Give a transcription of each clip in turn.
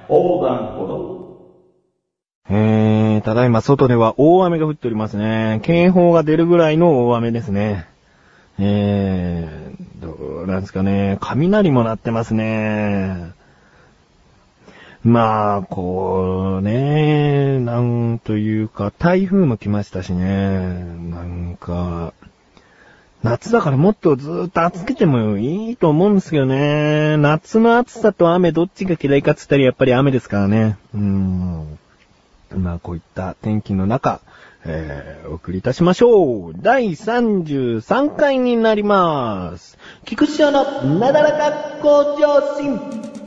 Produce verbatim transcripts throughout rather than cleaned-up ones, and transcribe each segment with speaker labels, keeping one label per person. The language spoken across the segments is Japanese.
Speaker 1: 横断歩道。
Speaker 2: えー、ただいま外では大雨が降っておりますね。警報が出るぐらいの大雨ですね。えー、どうなんですかね。雷も鳴ってますね。まあ、こうね、なんというか、台風も来ましたしね。なんか、夏だからもっとずーっと暑くてもいいと思うんですけどね。夏の暑さと雨どっちが嫌いかって言ったらやっぱり雨ですからね。うーん。まあこういった天気の中、えー、お送りいたしましょう。だいさんじゅうさんかいになります。菊池翔のなだらか向上心。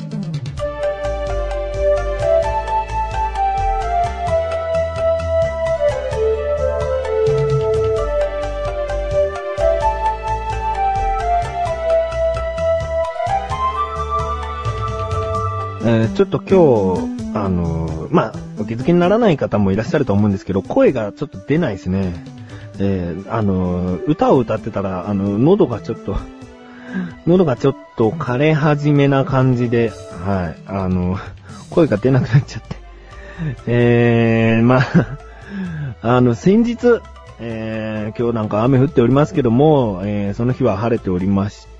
Speaker 2: えー、ちょっと今日、あのー、まあ、お気づきにならない方もいらっしゃると思うんですけど、声がちょっと出ないですね。えー、あのー、歌を歌ってたら、あの、喉がちょっと、喉がちょっと枯れ始めな感じで、はい、あの、声が出なくなっちゃって。えー、まあ、あの、先日、えー、今日なんか雨降っておりますけども、えー、その日は晴れておりまして、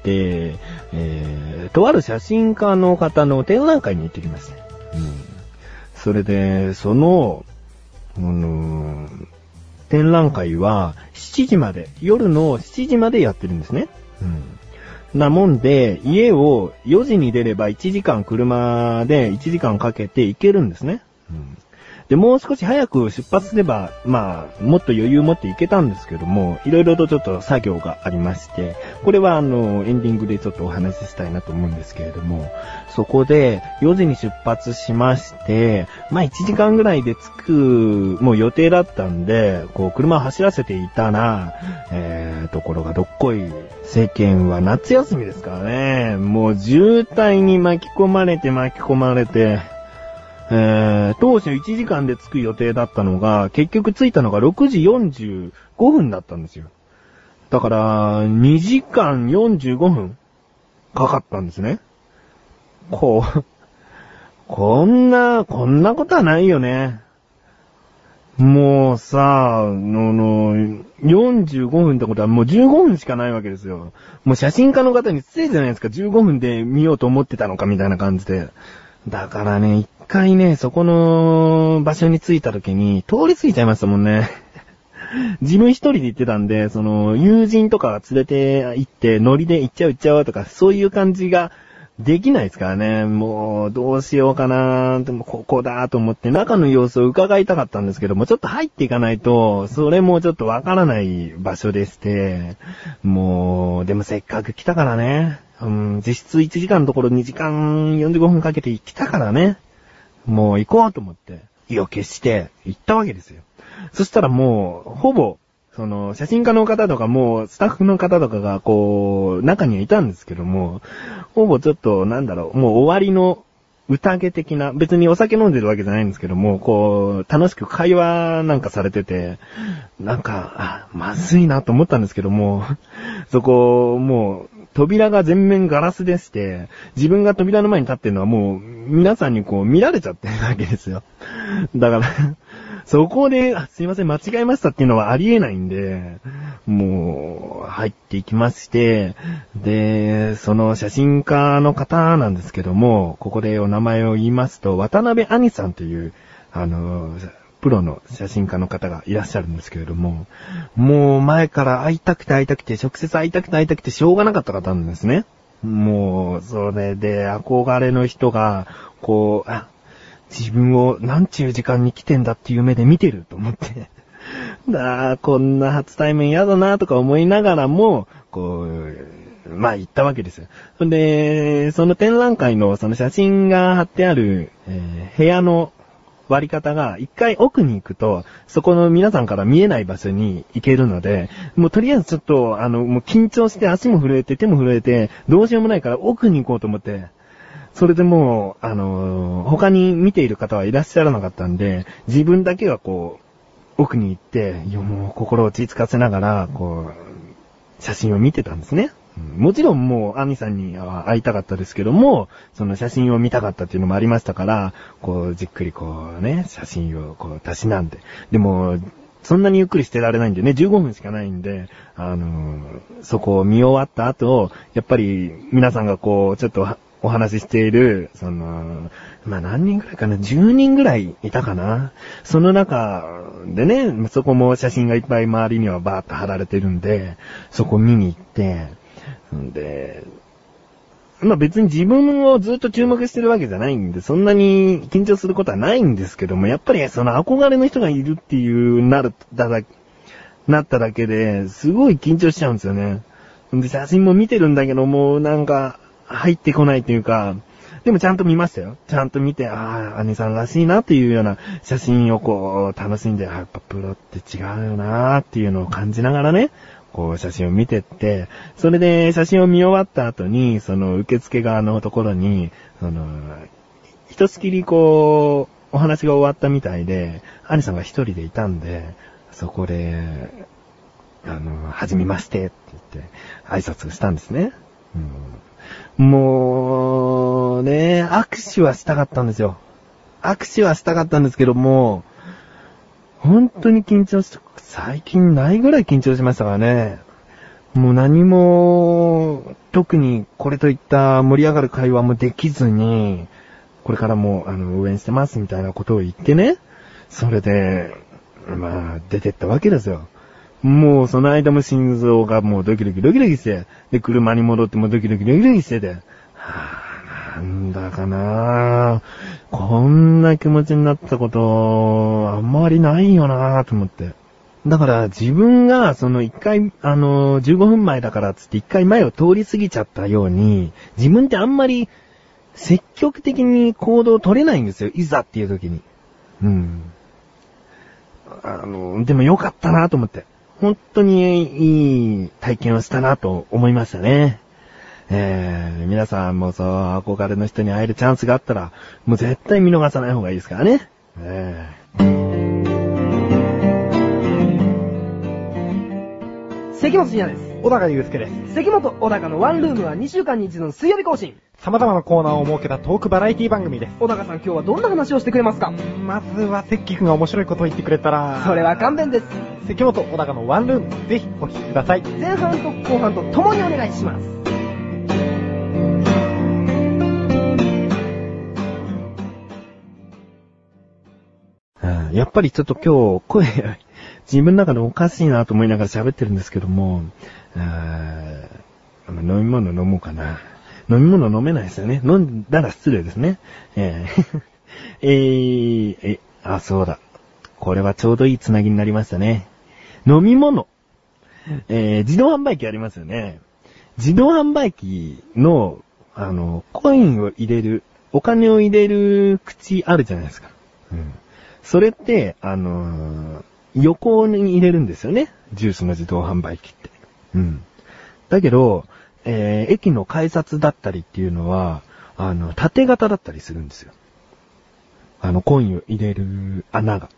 Speaker 2: えー、とある写真家の方の展覧会に行ってきました。うん、それで、その、あのー、展覧会はしちじまで、夜のしちじまでやってるんですね。うん、なもんで、家をよじに出ればいちじかん車でいちじかんかけて行けるんですね。うんで、もう少し早く出発すれば、まあ、もっと余裕持っていけたんですけども、いろいろとちょっと作業がありまして、これはあの、エンディングでちょっとお話ししたいなと思うんですけれども、そこでよじに出発しまして、まあいちじかんぐらいで着く、もう予定だったんで、こう、車を走らせていたら、えー、ところがどっこい、世間は夏休みですからね、もう渋滞に巻き込まれて巻き込まれて、えー、当初いちじかんで着く予定だったのが、結局着いたのがろくじよんじゅうごふんだったんですよ。だから、にじかんよんじゅうごふんかかったんですね。こう、こんな、こんなことはないよね。もうさ、あの、よんじゅうごふんってことはもうじゅうごふんしかないわけですよ。もう写真家の方に失礼じゃないですか。じゅうごふんで見ようと思ってたのかみたいな感じで。だからね、一回ね、そこの場所に着いた時に通り過ぎちゃいましたもんね。自分一人で行ってたんで、その、友人とか連れて行って、ノリで行っちゃう行っちゃうとか、そういう感じができないですからね。もう、どうしようかなーって、ここだと思って中の様子を伺いたかったんですけども、ちょっと入っていかないと、それもちょっとわからない場所でして、もう、でもせっかく来たからね。うん、実質いちじかんのところにじかんよんじゅうごふんかけて行ったからね。もう行こうと思って、意を決して行ったわけですよ。そしたらもう、ほぼ、その、写真家の方とかもう、スタッフの方とかがこう、中にはいたんですけども、ほぼちょっと、なんだろう、もう終わりの宴的な、別にお酒飲んでるわけじゃないんですけども、こう、楽しく会話なんかされてて、なんか、あ、まずいなと思ったんですけども、そこ、もう、扉が全面ガラスでして、自分が扉の前に立ってるのはもう、皆さんにこう見られちゃってるわけですよ。だから、そこで、あ、すいません、間違えましたっていうのはありえないんで、もう、入っていきまして、で、その写真家の方なんですけども、ここでお名前を言いますと、渡辺杏さんという、あの、プロの写真家の方がいらっしゃるんですけれども、もう前から会いたくて会いたくて、直接会いたくて会いたくてしょうがなかった方なんですね。もう、それで憧れの人が、こう、あ、自分をなんちゅう時間に来てんだっていう目で見てると思って、だこんな初対面嫌だなとか思いながらも、こう、まあ行ったわけですよ。で、その展覧会のその写真が貼ってある、えー、部屋の割り方が一回奥に行くとそこの皆さんから見えない場所に行けるので、もうとりあえずちょっとあのもう緊張して足も震えて手も震えてどうしようもないから奥に行こうと思って、それでもうあのー、他に見ている方はいらっしゃらなかったんで、自分だけがこう奥に行って、いやもう心を落ち着かせながらこう写真を見てたんですね。うもちろんもう、アミさんには会いたかったですけども、その写真を見たかったっていうのもありましたから、こう、じっくりこうね、写真をこう、たしなんで。でも、そんなにゆっくりしてられないんでね、じゅうごふんしかないんで、あのー、そこを見終わった後、やっぱり皆さんがこう、ちょっとお話ししている、その、まあ何人ぐらいかな、じゅうにんぐらいいたかな。その中でね、そこも写真がいっぱい周りにはバーッと貼られてるんで、そこ見に行って、んで、まあ別に自分をずっと注目してるわけじゃないんで、そんなに緊張することはないんですけども、やっぱりその憧れの人がいるっていう、なる、だだ、なっただけで、すごい緊張しちゃうんですよね。で、写真も見てるんだけども、なんか、入ってこないというか、でもちゃんと見ましたよ。ちゃんと見て、ああ、姉さんらしいなっていうような写真をこう、楽しんで、あやっぱプロって違うよなーっていうのを感じながらね、こう写真を見てって、それで写真を見終わった後に、その受付側のところに、その、ひとしきりこう、お話が終わったみたいで、兄さんが一人でいたんで、そこで、あの、はじめましてって言って、挨拶をしたんですね。うん、もう、ね、握手はしたかったんですよ。握手はしたかったんですけども、本当に緊張して、最近ないぐらい緊張しましたからね。もう何も、特にこれといった盛り上がる会話もできずに、これからも、あの、応援してますみたいなことを言ってね。それで、まあ、出てったわけですよ。もうその間も心臓がもうドキドキドキドキして、で、車に戻ってもドキドキドキドキしてて、はぁ、なんだかなぁ、こんな気持ちになったこと、あんまりないよなぁと思って。だから自分がその一回、あの、じゅうごふんまえだからつって一回前を通り過ぎちゃったように、自分ってあんまり積極的に行動を取れないんですよ、いざっていう時に。うん。あの、でもよかったなと思って。本当にいい体験をしたなと思いましたね。えー、皆さんもそう憧れの人に会えるチャンスがあったら、もう絶対見逃さない方がいいですからね。えー
Speaker 1: 関本信也です。
Speaker 3: 小高祐介です。
Speaker 1: 関本小高のワンルームはにしゅうかんに一度の水曜日更新。
Speaker 3: 様々なコーナーを設けたトークバラエティ番組です。
Speaker 1: 小高さん今日はどんな話をしてくれますか？
Speaker 3: まずは関君が面白いことを言ってくれたら。
Speaker 1: それは勘弁です。
Speaker 3: 関本小高のワンルーム、ぜひお聞きください。
Speaker 1: 前半と後半と共にお願いします。
Speaker 2: やっぱりちょっと今日声自分の中でおかしいなと思いながら喋ってるんですけども、あ飲み物飲もうかな。飲み物飲めないですよね。飲んだら失礼ですね。えー、えー、え、あ、そうだ。これはちょうどいいつなぎになりましたね。飲み物。えー、自動販売機ありますよね。自動販売機の、あの、コインを入れる、お金を入れる口あるじゃないですか。うん。それって、あのー、横に入れるんですよね。ジュースの自動販売機って。うん。だけど、えー、駅の改札だったりっていうのは、あの、縦型だったりするんですよ。あの、コインを入れる穴が。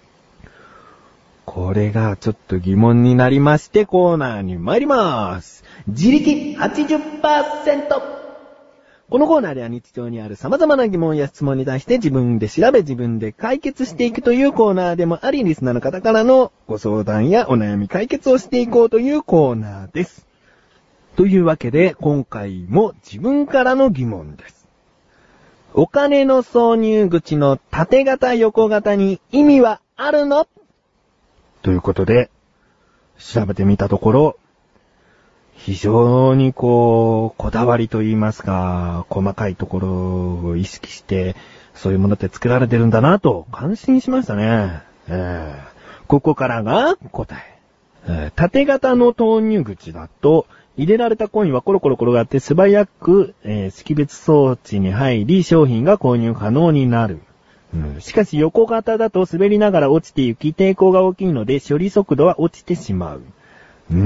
Speaker 2: これがちょっと疑問になりまして、コーナーに参ります。自力 はちじゅっパーセント。このコーナーでは日常にある様々な疑問や質問に対して自分で調べ自分で解決していくというコーナーでもあり、リスナーの方からのご相談やお悩み解決をしていこうというコーナーです。というわけで、今回も自分からの疑問です。お金の挿入口の縦型横型に意味はあるの？ということで、調べてみたところ、非常にこう、こだわりと言いますか、細かいところを意識して、そういうものって作られてるんだなと感心しましたね。えー、ここからが答え。えー、縦型の投入口だと、入れられたコインはコロコロ転がって素早く、えー、識別装置に入り商品が購入可能になる。うん、しかし横型だと滑りながら落ちていき抵抗が大きいので処理速度は落ちてしまう。うん。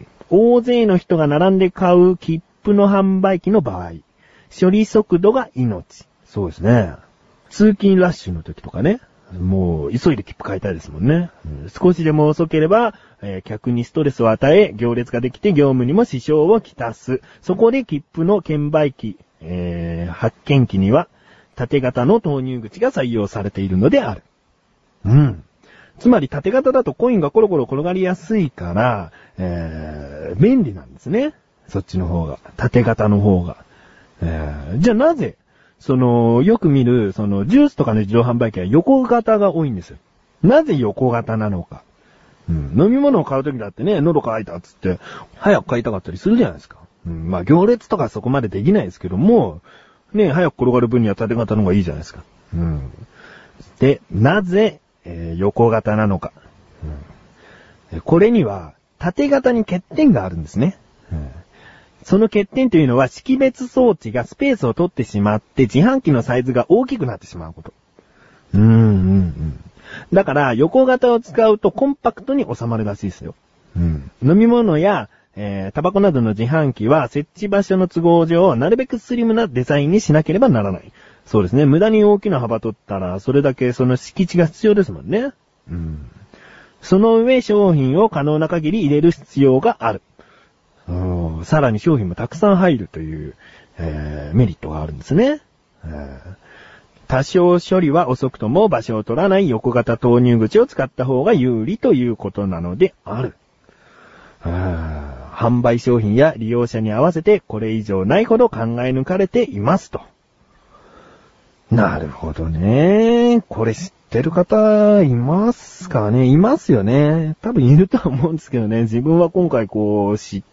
Speaker 2: 大勢の人が並んで買う切符の販売機の場合、処理速度が命。そうですね。通勤ラッシュの時とかね。 もう、急いで切符買いたいですもんね。うん、少しでも遅ければ、えー、客にストレスを与え、行列ができて業務にも支障をきたす。そこで切符の券売機、えー、発券機には、縦型の投入口が採用されているのである。うん。つまり縦型だとコインがコロコロ転がりやすいから、えー、便利なんですね。そっちの方が。縦型の方が。えー、じゃあなぜ、その、よく見る、その、ジュースとかの自動販売機は横型が多いんですよ。なぜ横型なのか。うん、飲み物を買うときだってね、喉乾いたっつって、早く買いたかったりするじゃないですか。うん、まあ、行列とかそこまでできないですけども、ね、早く転がる分には縦型の方がいいじゃないですか。うん。で、なぜ、えー、横型なのか、うん。これには、縦型に欠点があるんですね。うん、その欠点というのは、識別装置がスペースを取ってしまって、自販機のサイズが大きくなってしまうこと。うんうんうん。だから、横型を使うとコンパクトに収まるらしいですよ。うん。飲み物や、えー、タバコなどの自販機は、設置場所の都合上、なるべくスリムなデザインにしなければならない。そうですね。無駄に大きな幅取ったら、それだけその敷地が必要ですもんね。うん。その上、商品を可能な限り入れる必要がある。さらに商品もたくさん入るという、えー、メリットがあるんですね。えー、多少処理は遅くとも場所を取らない横型投入口を使った方が有利ということなのである。販売商品や利用者に合わせてこれ以上ないほど考え抜かれていますと。なるほどね。これ知ってる方いますかね？いますよね。多分いるとは思うんですけどね。自分は今回こう知って、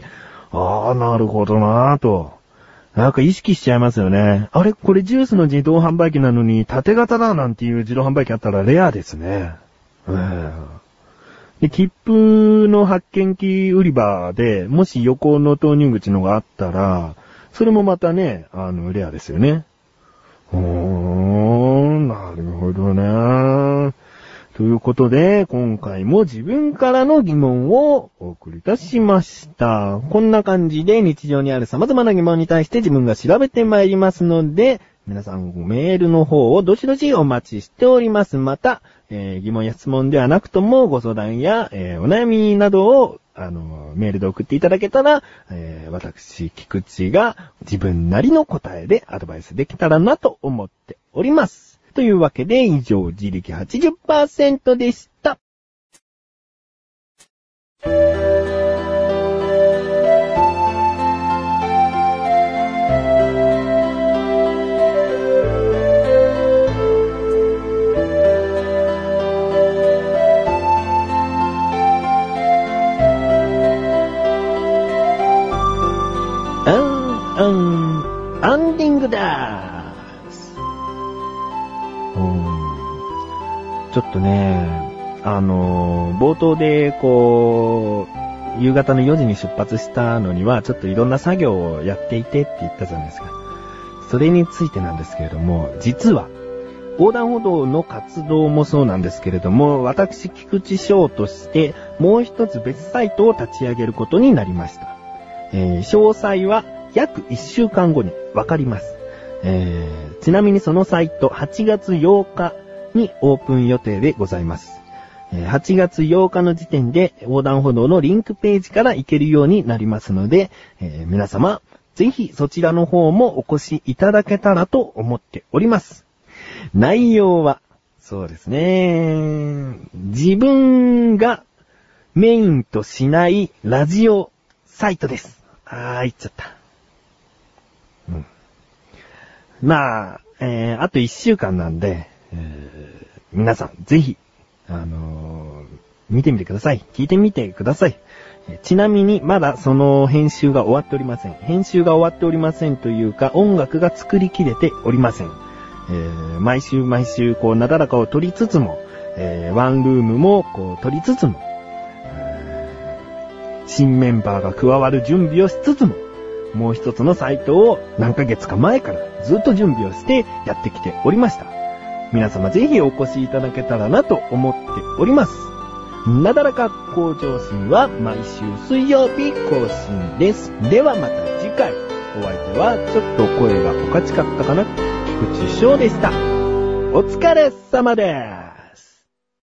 Speaker 2: ああ、なるほどなぁと。なんか意識しちゃいますよね。あれこれジュースの自動販売機なのに縦型だなんていう自動販売機あったらレアですね。うん。で、切符の発券機売り場で、もし横の投入口のがあったら、それもまたね、あの、レアですよね。うーん、なるほどね。ということで、今回も自分からの疑問をお送りいたしました。こんな感じで日常にある様々な疑問に対して自分が調べてまいりますので、皆さんメールの方をどしどしお待ちしております。また、えー、疑問や質問ではなくともご相談や、えー、お悩みなどをあのメールで送っていただけたら、えー、私菊池が自分なりの答えでアドバイスできたらなと思っております。というわけで以上自力 はちじゅっパーセント でした。うん、アンディングだーす。うん、ちょっとね、あのー、冒頭でこう、夕方のよじに出発したのには、ちょっといろんな作業をやっていてって言ったじゃないですか。それについてなんですけれども、実は、横断歩道の活動もそうなんですけれども、私、菊池翔として、もう一つ別サイトを立ち上げることになりました。えー、詳細は、約いっしゅうかんごにわかります。えー、ちなみにそのサイトはちがつようかにオープン予定でございます。えー、はちがつようかの時点で横断歩道のリンクページから行けるようになりますので、えー、皆様ぜひそちらの方もお越しいただけたらと思っております。内容はそうですね、自分がメインとしないラジオサイトです。あー言っちゃった。うん、まあ、えー、あといっしゅうかんなんで、えー、皆さんぜひ、あのー、見てみてください。聞いてみてください。えー、ちなみにまだその編集が終わっておりません。編集が終わっておりませんというか、音楽が作りきれておりません。えー、毎週毎週こうなだらかを取りつつも、えー、ワンルームもこう取りつつも、えー、新メンバーが加わる準備をしつつも、もう一つのサイトを何ヶ月か前からずっと準備をしてやってきておりました。皆様ぜひお越しいただけたらなと思っております。なだらか向上心は毎週水曜日更新です。ではまた次回。お相手はちょっと声がおかしかったかな、菊池翔でした。 お疲れ様です。